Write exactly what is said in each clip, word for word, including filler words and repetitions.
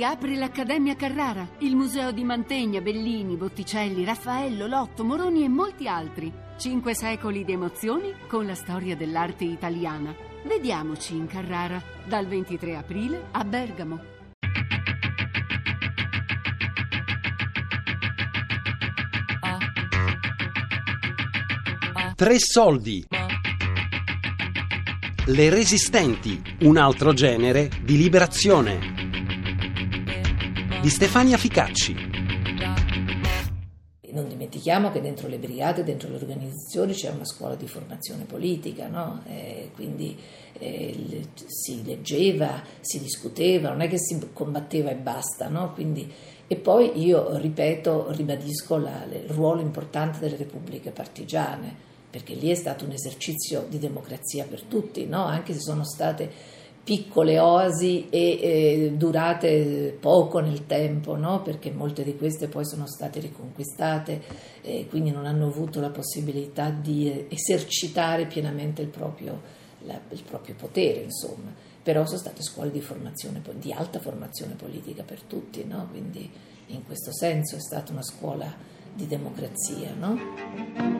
riapre l'Accademia Carrara, il museo di Mantegna, Bellini, Botticelli, Raffaello, Lotto, Moroni e molti altri. Cinque secoli di emozioni con la storia dell'arte italiana. Vediamoci in Carrara, dal ventitré aprile a Bergamo. Tre soldi. Le Resistenti, un altro genere di liberazione. Di Stefania Ficacci. Non dimentichiamo che dentro le brigate, dentro le organizzazioni c'è una scuola di formazione politica, no? Eh, quindi eh, le, si leggeva, si discuteva, non è che si combatteva e basta, no? Quindi, e poi io ripeto, ribadisco la, il ruolo importante delle repubbliche partigiane, perché lì è stato un esercizio di democrazia per tutti, no? Anche se sono state piccole oasi e eh, durate poco nel tempo, no? Perché molte di queste poi sono state riconquistate e quindi non hanno avuto la possibilità di esercitare pienamente il proprio, la, il proprio potere, insomma. Però sono state scuole di formazione, di alta formazione politica per tutti, no? Quindi in questo senso è stata una scuola di democrazia, no?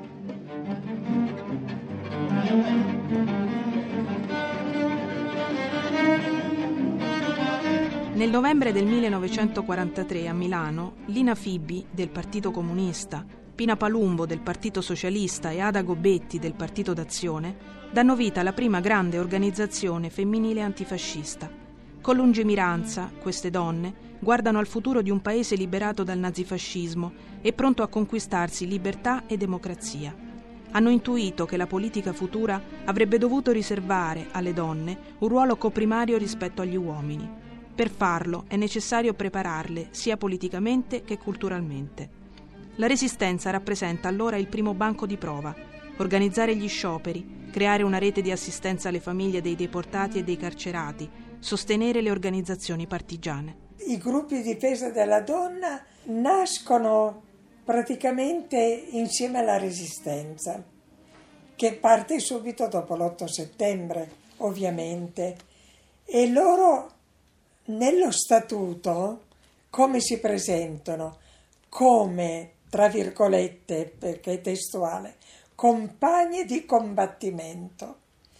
Nel novembre del millenovecentoquarantatré a Milano, Lina Fibi del Partito Comunista, Pina Palumbo del Partito Socialista e Ada Gobetti del Partito d'Azione danno vita alla prima grande organizzazione femminile antifascista. Con lungimiranza, queste donne guardano al futuro di un paese liberato dal nazifascismo e pronto a conquistarsi libertà e democrazia. Hanno intuito che la politica futura avrebbe dovuto riservare alle donne un ruolo coprimario rispetto agli uomini. Per farlo è necessario prepararle sia politicamente che culturalmente. La Resistenza rappresenta allora il primo banco di prova. Organizzare gli scioperi, creare una rete di assistenza alle famiglie dei deportati e dei carcerati, sostenere le organizzazioni partigiane. I gruppi di difesa della donna nascono praticamente insieme alla Resistenza, che parte subito dopo l'otto settembre, ovviamente, e loro nello statuto come si presentano? Come, tra virgolette, perché è testuale, compagne di combattimento.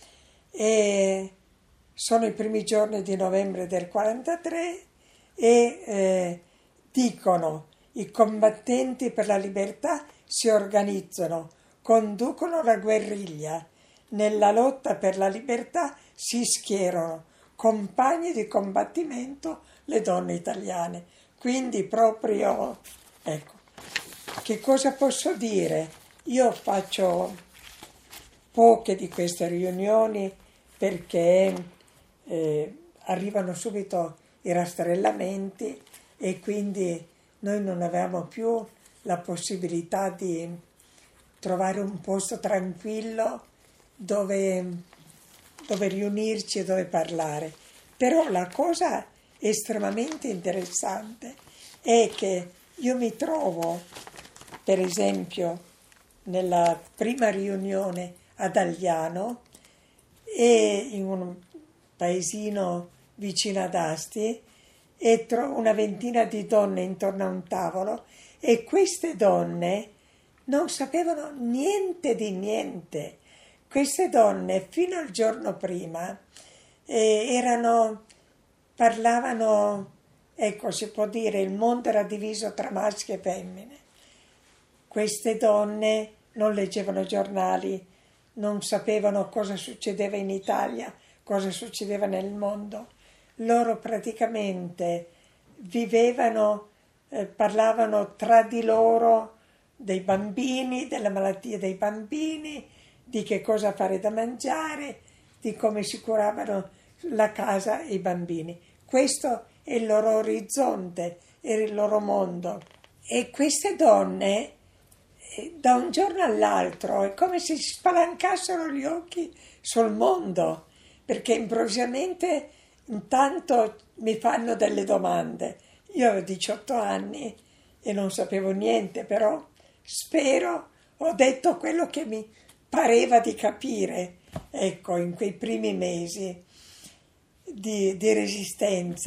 E sono i primi giorni di novembre del quarantatré e eh, dicono: i combattenti per la libertà si organizzano, conducono la guerriglia, nella lotta per la libertà si schierano, compagni di combattimento le donne italiane. Quindi proprio, ecco, che cosa posso dire? Io faccio poche di queste riunioni perché eh, arrivano subito i rastrellamenti e quindi noi non avevamo più la possibilità di trovare un posto tranquillo dove, dove riunirci e dove parlare. Però la cosa estremamente interessante è che io mi trovo, per esempio, nella prima riunione ad Agliano e in un paesino vicino ad Asti, e trovo una ventina di donne intorno a un tavolo e queste donne non sapevano niente di niente. Queste donne fino al giorno prima eh, erano, parlavano, ecco, si può dire, il mondo era diviso tra maschi e femmine. Queste donne non leggevano giornali, non sapevano cosa succedeva in Italia, cosa succedeva nel mondo. Loro praticamente vivevano, eh, parlavano tra di loro dei bambini, della malattia dei bambini, di che cosa fare da mangiare, di come si curavano la casa e i bambini. Questo è il loro orizzonte, era il loro mondo. E queste donne, eh, da un giorno all'altro, è come se si spalancassero gli occhi sul mondo, perché improvvisamente intanto mi fanno delle domande. Io avevo diciotto anni e non sapevo niente, però spero, ho detto quello che mi pareva di capire, ecco, in quei primi mesi di, di resistenza.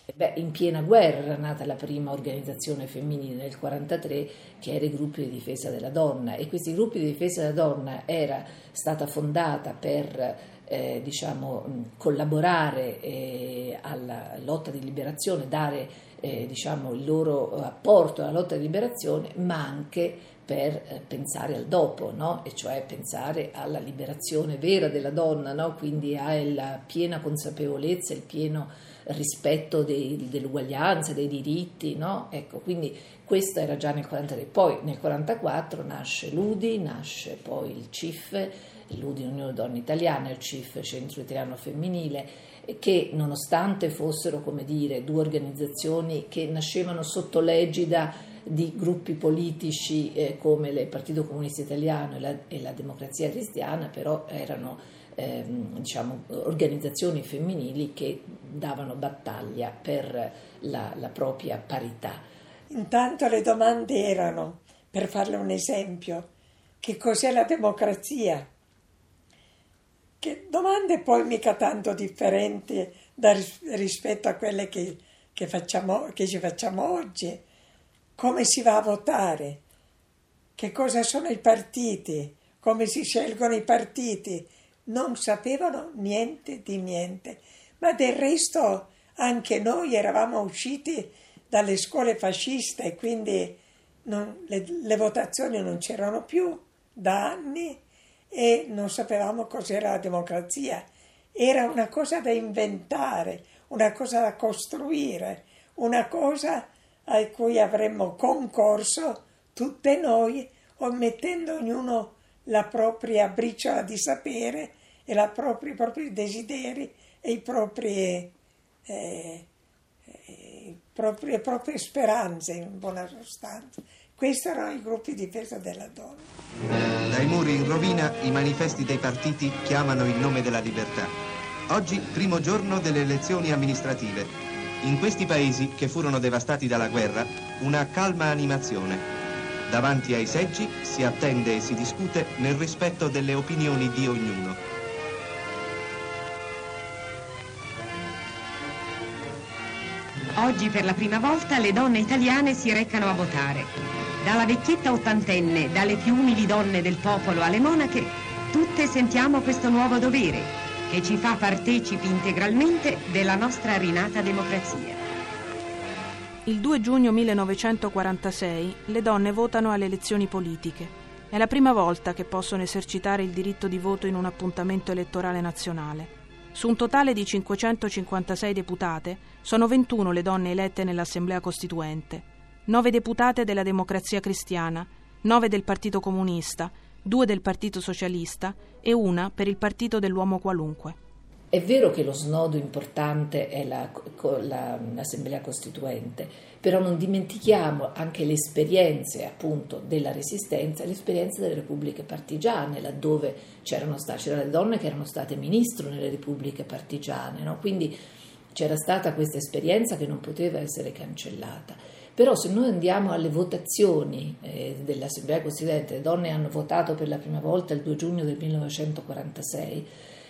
Beh, in piena guerra era nata la prima organizzazione femminile nel quarantatré, che era i gruppi di difesa della donna, e questi gruppi di difesa della donna era stata fondata per eh, diciamo collaborare eh, alla lotta di liberazione, dare eh, diciamo il loro apporto alla lotta di liberazione, ma anche per eh, pensare al dopo, no? E cioè pensare alla liberazione vera della donna, no? Quindi alla piena consapevolezza, il pieno rispetto dei, dell'uguaglianza, dei diritti, no? Ecco, quindi questo era già nel quarantatré. Poi nel quarantaquattro nasce l'U D I, nasce poi il C I F, l'U D I Unione Donne Italiane, il C I F Centro Italiano Femminile, che nonostante fossero, come dire, due organizzazioni che nascevano sotto l'egida di gruppi politici eh, come il Partito Comunista Italiano e la, e la Democrazia Cristiana, però erano Eh, diciamo organizzazioni femminili che davano battaglia per la, la propria parità. Intanto le domande erano, per farle un esempio, che cos'è la democrazia? Che domande poi mica tanto differenti da, rispetto a quelle che, che, facciamo, che ci facciamo oggi. Come si va a votare? Che cosa sono i partiti? Come si scelgono i partiti? Non sapevano niente di niente, ma del resto anche noi eravamo usciti dalle scuole fasciste e quindi non, le, le votazioni non c'erano più da anni e non sapevamo cos'era la democrazia. Era una cosa da inventare, una cosa da costruire, una cosa a cui avremmo concorso tutte noi, o mettendo ognuno la propria briciola di sapere e la propria, i propri desideri e i propri, eh, eh, propri, le proprie speranze, in buona sostanza. Questi erano i gruppi di difesa della donna. Dai muri in rovina i manifesti dei partiti chiamano il nome della libertà. Oggi, primo giorno delle elezioni amministrative. In questi paesi, che furono devastati dalla guerra, una calma animazione. Davanti ai seggi si attende e si discute nel rispetto delle opinioni di ognuno. Oggi per la prima volta le donne italiane si recano a votare. Dalla vecchietta ottantenne, dalle più umili donne del popolo alle monache, tutte sentiamo questo nuovo dovere che ci fa partecipi integralmente della nostra rinata democrazia. Il due giugno millenovecentoquarantasei le donne votano alle elezioni politiche. È la prima volta che possono esercitare il diritto di voto in un appuntamento elettorale nazionale. Su un totale di cinquecentocinquantasei deputate, sono ventuno le donne elette nell'Assemblea Costituente, nove deputate della Democrazia Cristiana, nove del Partito Comunista, due del Partito Socialista e una per il Partito dell'Uomo Qualunque. È vero che lo snodo importante è la, la, l'Assemblea Costituente, però non dimentichiamo anche le esperienze appunto della Resistenza, le esperienze delle repubbliche partigiane, laddove c'erano, sta, c'erano le donne che erano state ministro nelle repubbliche partigiane, no? Quindi c'era stata questa esperienza che non poteva essere cancellata. Però se noi andiamo alle votazioni eh, dell'Assemblea Costituente, le donne hanno votato per la prima volta il due giugno del millenovecentoquarantasei,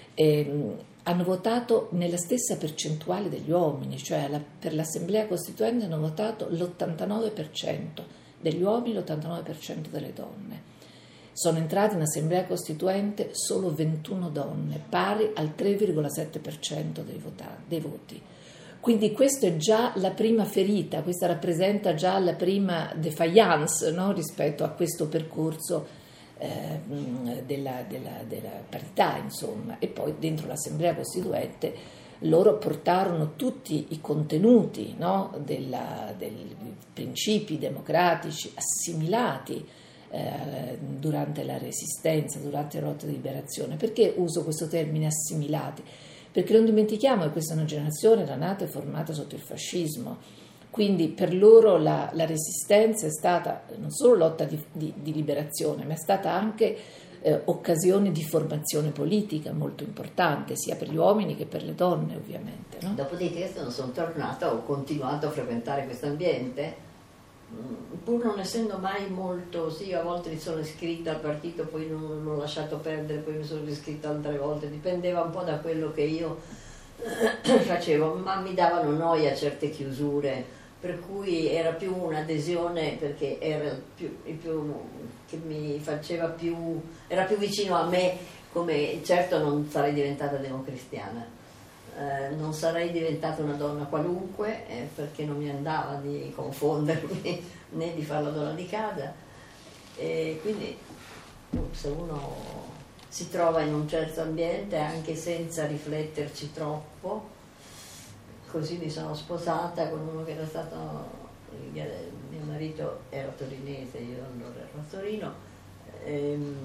eh, hanno votato nella stessa percentuale degli uomini, cioè la, per l'Assemblea Costituente hanno votato l'ottantanove per cento degli uomini e l'ottantanove per cento delle donne. Sono entrate in Assemblea Costituente solo ventuno donne, pari al tre virgola sette per cento dei, vota- dei voti. Quindi questa è già la prima ferita, questa rappresenta già la prima defiance, no? Rispetto a questo percorso eh, della, della, della parità, insomma. E poi dentro l'Assemblea Costituente loro portarono tutti i contenuti, no? della, dei principi democratici assimilati eh, durante la Resistenza, durante la lotta di liberazione. Perché uso questo termine assimilati? Perché non dimentichiamo che questa è una generazione era nata e formata sotto il fascismo, quindi per loro la, la Resistenza è stata non solo lotta di, di, di liberazione, ma è stata anche eh, occasione di formazione politica molto importante, sia per gli uomini che per le donne ovviamente. No? Dopodiché sono, sono tornata, ho continuato a frequentare questo ambiente, pur non essendo mai molto, sì, a volte mi sono iscritta al partito, poi non l'ho lasciato perdere, poi mi sono iscritta altre volte, dipendeva un po' da quello che io facevo, ma mi davano noia certe chiusure, per cui era più un'adesione, perché era il più, il più che mi faceva più, era più vicino a me, come certo non sarei diventata democristiana, eh, non sarei diventata una donna qualunque, eh, perché non mi andava di confondermi né di fare la donna di casa, e quindi se uno si trova in un certo ambiente anche senza rifletterci troppo. Così mi sono sposata con uno che era stato, mio marito era torinese, io allora ero a Torino, ehm,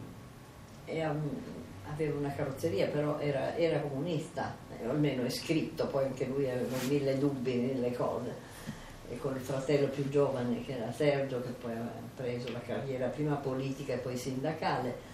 e aveva una carrozzeria, però era, era comunista, o almeno è scritto, poi anche lui aveva mille dubbi, mille cose, e con il fratello più giovane che era Sergio, che poi aveva preso la carriera prima politica e poi sindacale.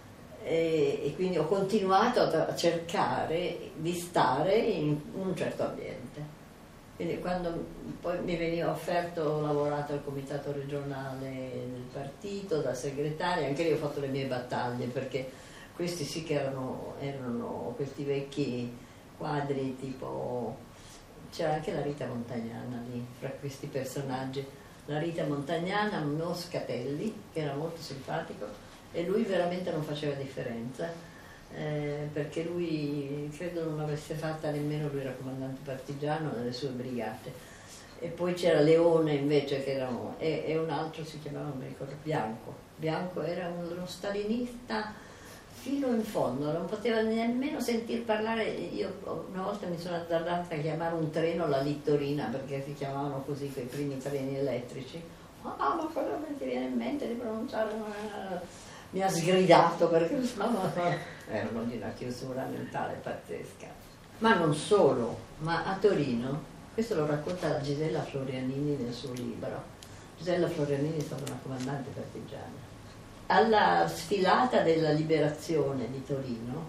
E, e quindi ho continuato a cercare di stare in un certo ambiente. Quindi quando poi mi veniva offerto, ho lavorato al comitato regionale del partito, da segretaria, anche lì ho fatto le mie battaglie, perché questi sì che erano, erano questi vecchi quadri, tipo c'era anche la Rita Montagnana lì, fra questi personaggi, la Rita Montagnana, Moscatelli, che era molto simpatico, e lui veramente non faceva differenza, eh, perché lui credo non avesse fatta nemmeno, lui era comandante partigiano nelle sue brigate, e poi c'era Leone invece che era un, e, e un altro si chiamava, non mi ricordo, Bianco. Bianco era uno stalinista fino in fondo, non poteva nemmeno sentir parlare. Io una volta mi sono azzardata a chiamare un treno la Littorina, perché si chiamavano così quei primi treni elettrici. Ah, ma cosa mi ti viene in mente di pronunciare? Mi ha sgridato, perché erano di una chiusura mentale pazzesca. Ma non solo, ma a Torino, questo lo racconta la Gisella Florianini nel suo libro. Gisella Florianini è stata una comandante partigiana. Alla sfilata della liberazione di Torino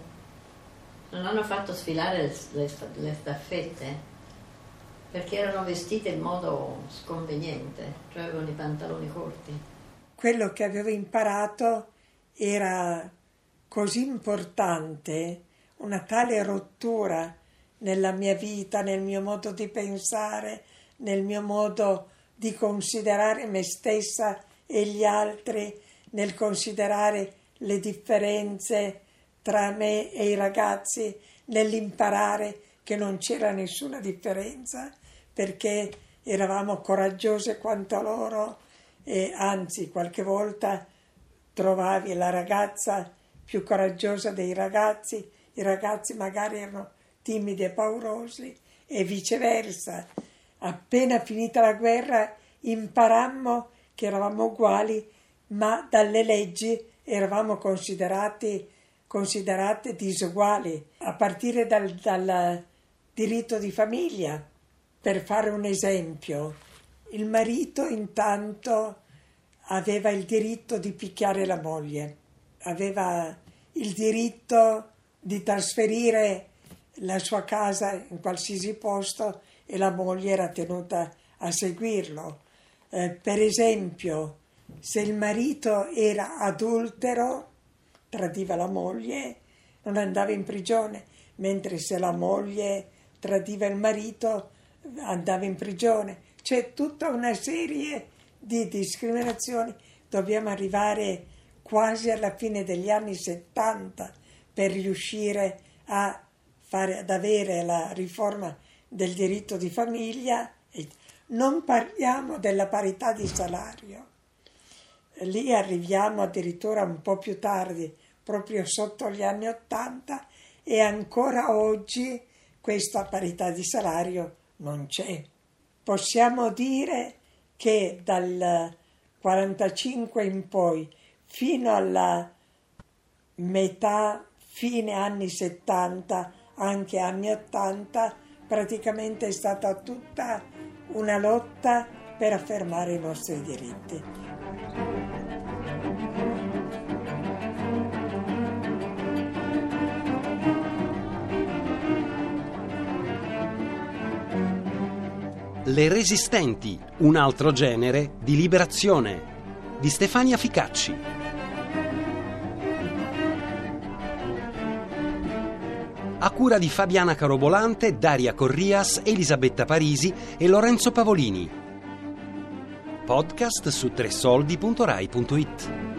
non hanno fatto sfilare le, le, le staffette, perché erano vestite in modo sconveniente, cioè avevano i pantaloni corti. Quello che avevo imparato era così importante, una tale rottura nella mia vita, nel mio modo di pensare, nel mio modo di considerare me stessa e gli altri, nel considerare le differenze tra me e i ragazzi, nell'imparare che non c'era nessuna differenza, perché eravamo coraggiose quanto loro, e anzi qualche volta trovavi la ragazza più coraggiosa dei ragazzi, i ragazzi magari erano timidi e paurosi, e viceversa. Appena finita la guerra imparammo che eravamo uguali, ma dalle leggi eravamo considerati considerate disuguali, a partire dal, dal diritto di famiglia. Per fare un esempio, il marito intanto aveva il diritto di picchiare la moglie, aveva il diritto di trasferire la sua casa in qualsiasi posto e la moglie era tenuta a seguirlo. Eh, per esempio, se il marito era adultero, tradiva la moglie, non andava in prigione, mentre se la moglie tradiva il marito andava in prigione. C'è tutta una serie di discriminazioni. Dobbiamo arrivare quasi alla fine degli anni settanta per riuscire a fare, ad avere la riforma del diritto di famiglia. Non parliamo della parità di salario, lì arriviamo addirittura un po' più tardi, proprio sotto gli anni ottanta, e ancora oggi questa parità di salario non c'è. Possiamo dire che dal quarantacinque in poi fino alla metà, fine anni settanta, anche anni ottanta, praticamente è stata tutta una lotta per affermare i nostri diritti. Le Resistenti, un altro genere di liberazione, di Stefania Ficacci. a cura di Fabiana Carobolante, Daria Corrias, Elisabetta Parisi e Lorenzo Pavolini. Podcast su tresoldi punto rai punto it.